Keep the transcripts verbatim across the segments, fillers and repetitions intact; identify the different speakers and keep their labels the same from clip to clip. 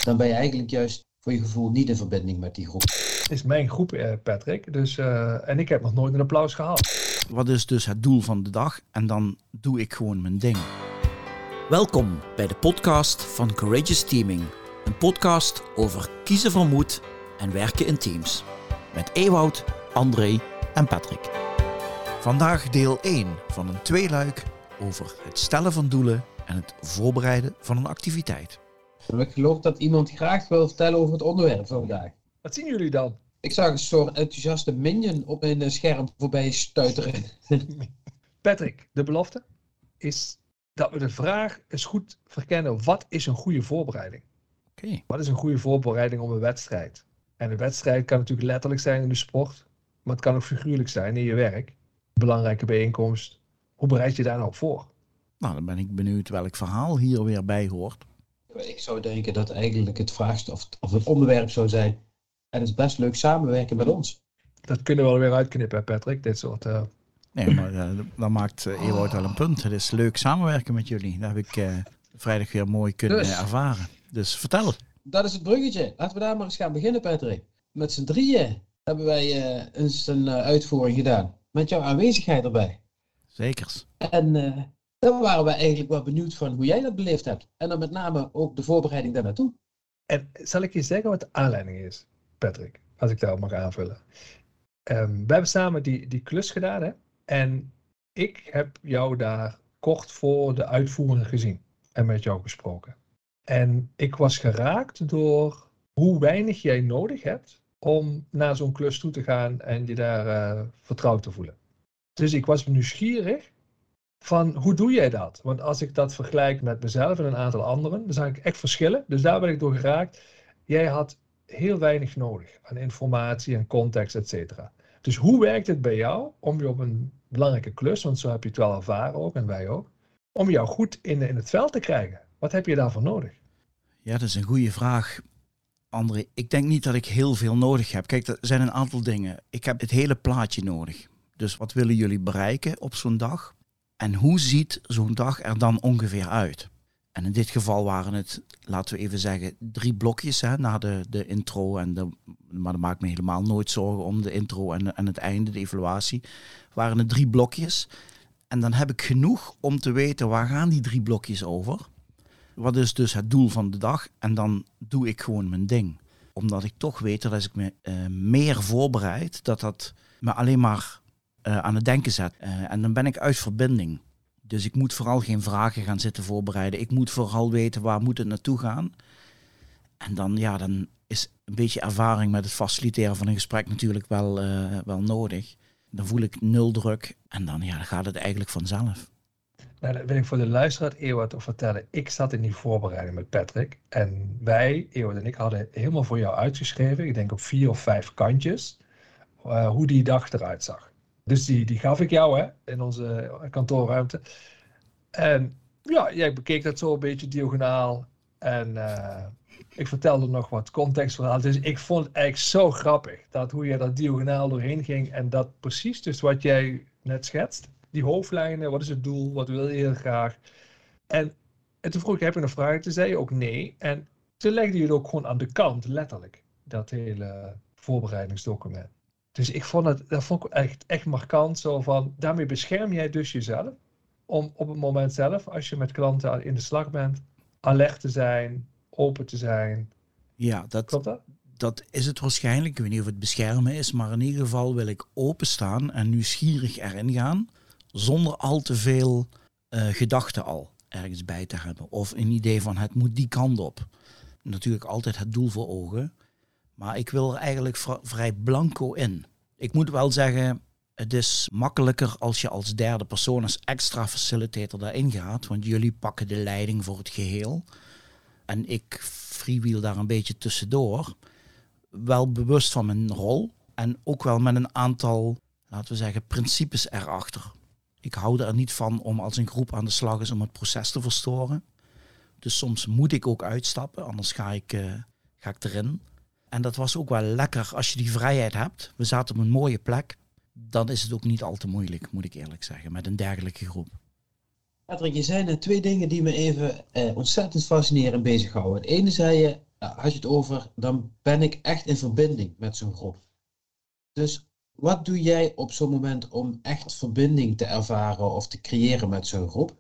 Speaker 1: dan ben je eigenlijk juist voor je gevoel niet in verbinding met die groep.
Speaker 2: Het is mijn groep, eh, Patrick. Dus, uh, en ik heb nog nooit een applaus gehad.
Speaker 3: Wat is dus het doel van de dag? En dan doe ik gewoon mijn ding. Welkom bij de podcast van Courageous Teaming. Een podcast over kiezen van moed en werken in teams. Met Ewout, André en Patrick. Vandaag deel één van een tweeluik over het stellen van doelen en het voorbereiden van een activiteit.
Speaker 1: Ik geloof dat iemand graag wil vertellen over het onderwerp van vandaag.
Speaker 2: Wat zien jullie dan?
Speaker 1: Ik zag een soort enthousiaste minion op mijn scherm voorbij stuiteren.
Speaker 2: Patrick, de belofte is dat we de vraag eens goed verkennen. Wat is een goede voorbereiding?
Speaker 3: Okay.
Speaker 2: Wat is een goede voorbereiding op een wedstrijd? En een wedstrijd kan natuurlijk letterlijk zijn in de sport. Maar het kan ook figuurlijk zijn in je werk. Belangrijke bijeenkomst. Hoe bereid je daar nou op voor?
Speaker 3: Nou, dan ben ik benieuwd welk verhaal hier weer bij hoort.
Speaker 1: Ik zou denken dat eigenlijk het vraagstuk of, of het onderwerp zou zijn. En het is best leuk samenwerken met ons.
Speaker 2: Dat kunnen we wel weer uitknippen, Patrick. Dit soort... Uh...
Speaker 3: Nee, maar uh, dan maakt uh, Ewout wel een punt. Het is leuk samenwerken met jullie. Dat heb ik uh, vrijdag weer mooi kunnen dus, ervaren. Dus vertel.
Speaker 1: Dat is het bruggetje. Laten we daar maar eens gaan beginnen, Patrick. Met z'n drieën hebben wij uh, eens een uh, uitvoering gedaan. Met jouw aanwezigheid erbij.
Speaker 3: Zekers.
Speaker 1: En uh, dan waren we eigenlijk wel benieuwd van hoe jij dat beleefd hebt. En dan met name ook de voorbereiding daar naartoe.
Speaker 2: En zal ik je zeggen wat de aanleiding is, Patrick? Als ik daarop mag aanvullen. Um, we hebben samen die, die klus gedaan, hè? En ik heb jou daar kort voor de uitvoering gezien. En met jou gesproken. En ik was geraakt door hoe weinig jij nodig hebt om naar zo'n klus toe te gaan en je daar uh, vertrouwd te voelen. Dus ik was nieuwsgierig van hoe doe jij dat? Want als ik dat vergelijk met mezelf en een aantal anderen, dan zag ik echt verschillen. Dus daar ben ik door geraakt. Jij had heel weinig nodig aan informatie en context, et cetera. Dus hoe werkt het bij jou om je op een belangrijke klus, want zo heb je het wel ervaren ook en wij ook, om jou goed in, in het veld te krijgen? Wat heb je daarvoor nodig?
Speaker 3: Ja, dat is een goede vraag, André. Ik denk niet dat ik heel veel nodig heb. Kijk, er zijn een aantal dingen. Ik heb het hele plaatje nodig. Dus wat willen jullie bereiken op zo'n dag? En hoe ziet zo'n dag er dan ongeveer uit? En in dit geval waren het, laten we even zeggen, drie blokjes hè, na de, de intro. En de, maar dat maakt me helemaal nooit zorgen om de intro en, en het einde, de evaluatie. Waren het drie blokjes. En dan heb ik genoeg om te weten waar gaan die drie blokjes over. Wat is dus het doel van de dag? En dan doe ik gewoon mijn ding. Omdat ik toch weet dat als ik me uh, meer voorbereid, dat dat me alleen maar uh, aan het denken zet. Uh, en dan ben ik uit verbinding. Dus ik moet vooral geen vragen gaan zitten voorbereiden. Ik moet vooral weten waar moet het naartoe gaan. En dan, ja, dan is een beetje ervaring met het faciliteren van een gesprek natuurlijk wel, uh, wel nodig. Dan voel ik nul druk en dan, ja, dan gaat het eigenlijk vanzelf.
Speaker 2: Nou, dat wil ik voor de luisteraar Ewout vertellen. Ik zat in die voorbereiding met Patrick. En wij, Ewout en ik, hadden helemaal voor jou uitgeschreven. Ik denk op vier of vijf kantjes. Uh, hoe die dag eruit zag. Dus die, die gaf ik jou hè, in onze kantoorruimte. En ja, jij bekeek dat zo een beetje diagonaal. En uh, ik vertelde nog wat contextverhaal. Dus ik vond het eigenlijk zo grappig. Dat hoe je dat diagonaal doorheen ging. En dat precies dus wat jij net schetst. Die hoofdlijnen, wat is het doel, wat wil je heel graag. En, en toen vroeg ik, heb je een vraag? Toen zei je ook nee. En toen legde je het ook gewoon aan de kant, letterlijk. Dat hele voorbereidingsdocument. Dus ik vond het, dat vond ik echt, echt markant. Zo van, daarmee bescherm jij dus jezelf. Om op het moment zelf, als je met klanten in de slag bent, alert te zijn, open te zijn.
Speaker 3: Ja, dat,
Speaker 2: klopt dat?
Speaker 3: Dat is het waarschijnlijk. Ik weet niet of het beschermen is, maar in ieder geval wil ik openstaan en nieuwsgierig erin gaan. Zonder al te veel uh, gedachten al ergens bij te hebben. Of een idee van het moet die kant op. Natuurlijk altijd het doel voor ogen. Maar ik wil er eigenlijk v- vrij blanco in. Ik moet wel zeggen, het is makkelijker als je als derde persoon, als extra facilitator daarin gaat. Want jullie pakken de leiding voor het geheel. En ik freewheel daar een beetje tussendoor. Wel bewust van mijn rol. En ook wel met een aantal, laten we zeggen, principes erachter. Ik hou er niet van om als een groep aan de slag is om het proces te verstoren. Dus soms moet ik ook uitstappen, anders ga ik, uh, ga ik erin. En dat was ook wel lekker als je die vrijheid hebt. We zaten op een mooie plek. Dan is het ook niet al te moeilijk, moet ik eerlijk zeggen, met een dergelijke groep.
Speaker 1: Patrick, je zei net twee dingen die me even uh, ontzettend fascineren en bezighouden. Het ene zei je, had je het over, dan ben ik echt in verbinding met zo'n groep. Dus wat doe jij op zo'n moment om echt verbinding te ervaren of te creëren met zo'n groep?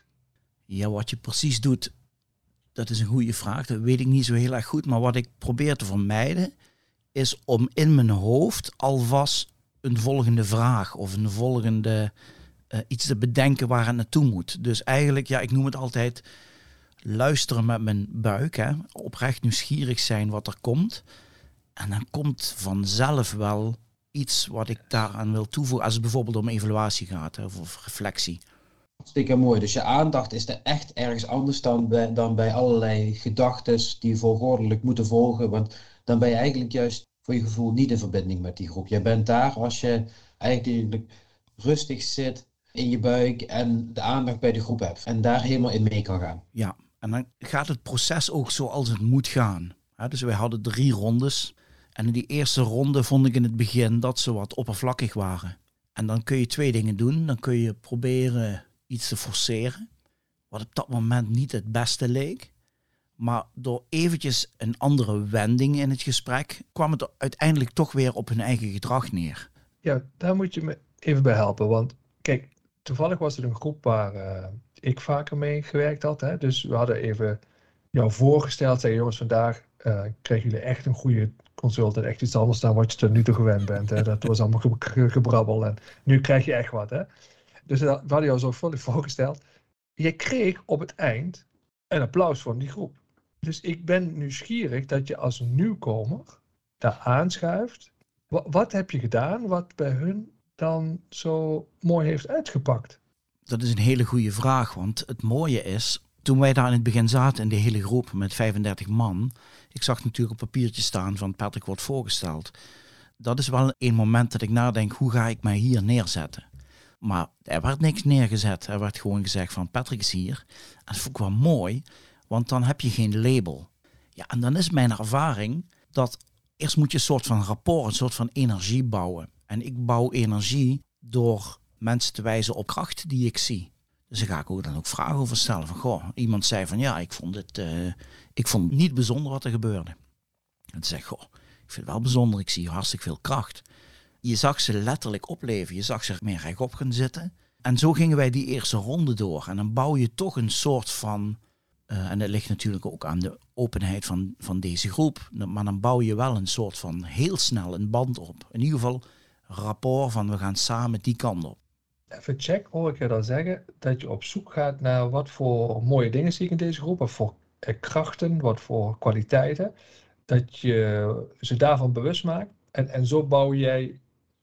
Speaker 3: Ja, wat je precies doet, dat is een goede vraag. Dat weet ik niet zo heel erg goed. Maar wat ik probeer te vermijden, is om in mijn hoofd alvast een volgende vraag of een volgende uh, iets te bedenken waar het naartoe moet. Dus eigenlijk, ja, ik noem het altijd luisteren met mijn buik. Hè? Oprecht nieuwsgierig zijn wat er komt. En dan komt vanzelf wel iets wat ik daaraan wil toevoegen. Als het bijvoorbeeld om evaluatie gaat, hè, of, of reflectie.
Speaker 1: Hartstikke mooi. Dus je aandacht is er echt ergens anders dan bij, dan bij allerlei gedachten die volgordelijk moeten volgen. Want dan ben je eigenlijk juist voor je gevoel niet in verbinding met die groep. Je bent daar als je eigenlijk rustig zit in je buik en de aandacht bij de groep hebt. En daar helemaal in mee kan gaan.
Speaker 3: Ja, en dan gaat het proces ook zoals het moet gaan. Ja, dus wij hadden drie rondes. En in die eerste ronde vond ik in het begin dat ze wat oppervlakkig waren. En dan kun je twee dingen doen. Dan kun je proberen iets te forceren, wat op dat moment niet het beste leek. Maar door eventjes een andere wending in het gesprek, kwam het uiteindelijk toch weer op hun eigen gedrag neer.
Speaker 2: Ja, daar moet je me even bij helpen. Want kijk, toevallig was het een groep waar uh, ik vaker mee gewerkt had. Hè? Dus we hadden even jou voorgesteld. Zeggen, jongens, vandaag uh, kregen jullie echt een goede consult. En echt iets anders dan wat je tot nu toe gewend bent. Hè? Dat was allemaal ge- ge- gebrabbel. En nu krijg je echt wat. Hè? Dus we hadden jou zorgvuldig voorgesteld. Je kreeg op het eind een applaus van die groep. Dus ik ben nieuwsgierig dat je als nieuwkomer daar aanschuift. Wat, wat heb je gedaan wat bij hun dan zo mooi heeft uitgepakt?
Speaker 3: Dat is een hele goede vraag, want het mooie is, toen wij daar in het begin zaten in de hele groep met vijfendertig man, ik zag natuurlijk op papiertje staan van Patrick wordt voorgesteld. Dat is wel een moment dat ik nadenk, hoe ga ik mij hier neerzetten? Maar er werd niks neergezet. Er werd gewoon gezegd van Patrick is hier. En dat vond ik wel mooi, want dan heb je geen label. Ja, en dan is mijn ervaring dat eerst moet je een soort van rapport, een soort van energie bouwen. En ik bouw energie door mensen te wijzen op kracht die ik zie. Dus daar ga ik ook dan ook vragen over stellen. Van, goh, iemand zei van ja, ik vond het, uh, ik vond het niet bijzonder wat er gebeurde. En toen zeg ik, goh, ik vind het wel bijzonder. Ik zie hartstikke veel kracht. Je zag ze letterlijk opleven. Je zag ze meer rechtop gaan zitten. En zo gingen wij die eerste ronde door. En dan bouw je toch een soort van... Uh, en dat ligt natuurlijk ook aan de openheid van, van deze groep. Maar dan bouw je wel een soort van heel snel een band op. In ieder geval rapport van we gaan samen die kant op.
Speaker 2: Even check, hoor ik je dan zeggen dat je op zoek gaat naar wat voor mooie dingen zie ik in deze groep. Wat voor krachten, wat voor kwaliteiten. Dat je ze daarvan bewust maakt. En, en zo bouw jij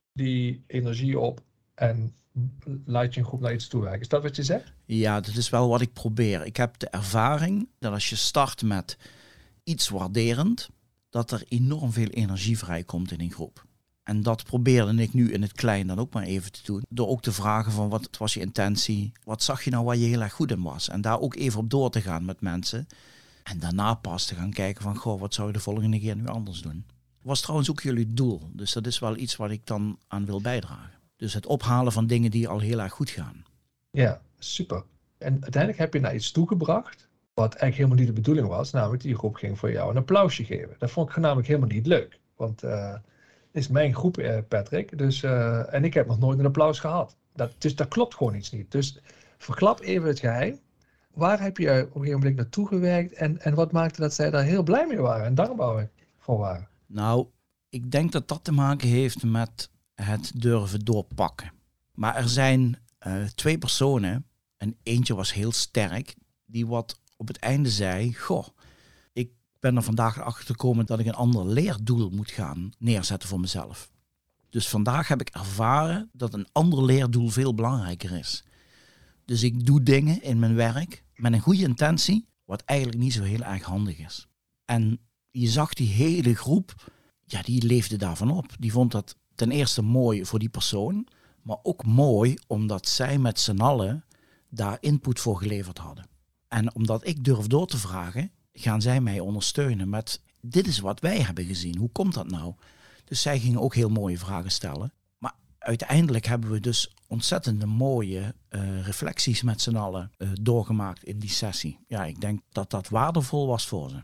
Speaker 2: die energie op en laat je een groep naar iets toewerken. Is dat wat je zegt?
Speaker 3: Ja, dat is wel wat ik probeer. Ik heb de ervaring dat als je start met iets waarderend, dat er enorm veel energie vrijkomt in een groep. En dat probeerde ik nu in het klein dan ook maar even te doen. Door ook te vragen van wat was je intentie? Wat zag je nou waar je heel erg goed in was? En daar ook even op door te gaan met mensen. En daarna pas te gaan kijken van goh, wat zou je de volgende keer nu anders doen? Was trouwens ook jullie doel. Dus dat is wel iets wat ik dan aan wil bijdragen. Dus het ophalen van dingen die al heel erg goed gaan.
Speaker 2: Ja, super. En uiteindelijk heb je naar iets toegebracht wat eigenlijk helemaal niet de bedoeling was. Namelijk die groep ging voor jou een applausje geven. Dat vond ik namelijk helemaal niet leuk. Want uh, het is mijn groep, uh, Patrick. Dus, uh, en ik heb nog nooit een applaus gehad. Dat, dus dat klopt gewoon iets niet. Dus verklap even het geheim. Waar heb je op een gegeven moment naartoe gewerkt? En, en wat maakte dat zij daar heel blij mee waren en dankbaar voor waren?
Speaker 3: Nou, ik denk dat dat te maken heeft met het durven doorpakken. Maar er zijn uh, twee personen, en eentje was heel sterk, die wat op het einde zei, goh, ik ben er vandaag achter gekomen dat ik een ander leerdoel moet gaan neerzetten voor mezelf. Dus vandaag heb ik ervaren dat een ander leerdoel veel belangrijker is. Dus ik doe dingen in mijn werk met een goede intentie, wat eigenlijk niet zo heel erg handig is. En je zag die hele groep, ja, die leefde daarvan op. Die vond dat ten eerste mooi voor die persoon, maar ook mooi omdat zij met z'n allen daar input voor geleverd hadden. En omdat ik durf door te vragen, gaan zij mij ondersteunen met, dit is wat wij hebben gezien, hoe komt dat nou? Dus zij gingen ook heel mooie vragen stellen. Maar uiteindelijk hebben we dus ontzettende mooie uh, reflecties met z'n allen uh, doorgemaakt in die sessie. Ja, ik denk dat dat waardevol was voor ze.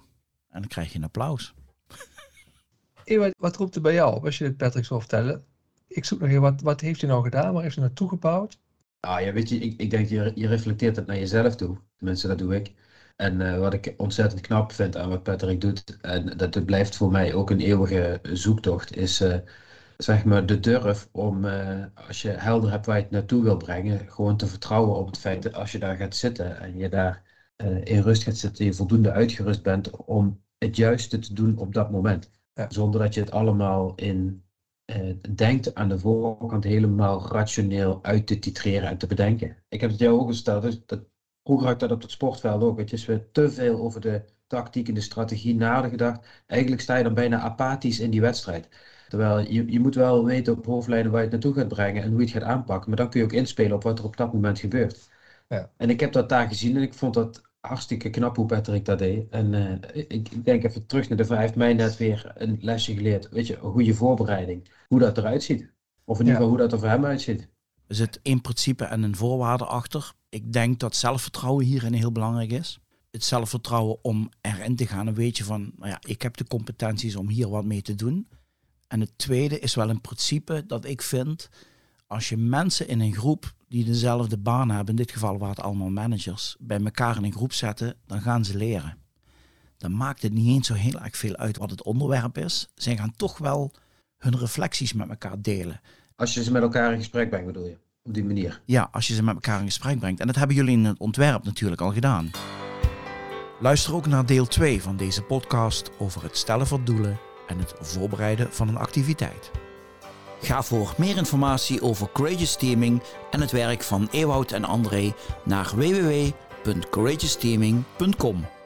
Speaker 3: En dan krijg je een applaus.
Speaker 2: Ewout, wat roept er bij jou op als je dit Patrick zou vertellen? Ik zoek nog even, wat, wat heeft hij nou gedaan? Waar heeft hij naartoe gebouwd?
Speaker 1: Ah, ja, weet je, ik, ik denk je, je reflecteert het naar jezelf toe. Tenminste, dat doe ik. En uh, wat ik ontzettend knap vind aan wat Patrick doet, en dat het blijft voor mij ook een eeuwige zoektocht, is uh, zeg maar de durf om, uh, als je helder hebt waar je het naartoe wil brengen, gewoon te vertrouwen op het feit dat als je daar gaat zitten en je daar uh, in rust gaat zitten, je voldoende uitgerust bent om het juiste te doen op dat moment. Ja. Zonder dat je het allemaal in uh, denkt aan de voorkant helemaal rationeel uit te titreren en te bedenken. Ik heb het jou ook gesteld, dus dat vroeger had ik dat op het sportveld ook. Het is weer te veel over de tactiek en de strategie nagedacht. Eigenlijk sta je dan bijna apathisch in die wedstrijd. Terwijl je, je moet wel weten op hoofdlijnen waar je het naartoe gaat brengen en hoe je het gaat aanpakken. Maar dan kun je ook inspelen op wat er op dat moment gebeurt. Ja. En ik heb dat daar gezien en ik vond dat hartstikke knap hoe Patrick dat deed. En uh, ik, ik denk even terug naar de vraag, heeft mij net weer een lesje geleerd. Weet je, een goede voorbereiding. Hoe dat eruit ziet. Of in ieder geval ja. hoe dat er voor hem uitziet.
Speaker 3: Er zit in principe en een voorwaarde achter. Ik denk dat zelfvertrouwen hierin heel belangrijk is. Het zelfvertrouwen om erin te gaan en weet je van, nou ja, ik heb de competenties om hier wat mee te doen. En het tweede is wel een principe dat ik vind, als je mensen in een groep die dezelfde baan hebben, in dit geval waren het allemaal managers, bij elkaar in een groep zetten, dan gaan ze leren. Dan maakt het niet eens zo heel erg veel uit wat het onderwerp is. Zij gaan toch wel hun reflecties met elkaar delen.
Speaker 1: Als je ze met elkaar in gesprek brengt, bedoel je? Op die manier?
Speaker 3: Ja, als je ze met elkaar in gesprek brengt. En dat hebben jullie in het ontwerp natuurlijk al gedaan. Luister ook naar deel twee van deze podcast over het stellen van doelen en het voorbereiden van een activiteit. Ga voor meer informatie over Courageous Teaming en het werk van Ewout en André naar w w w punt courageous teaming punt com.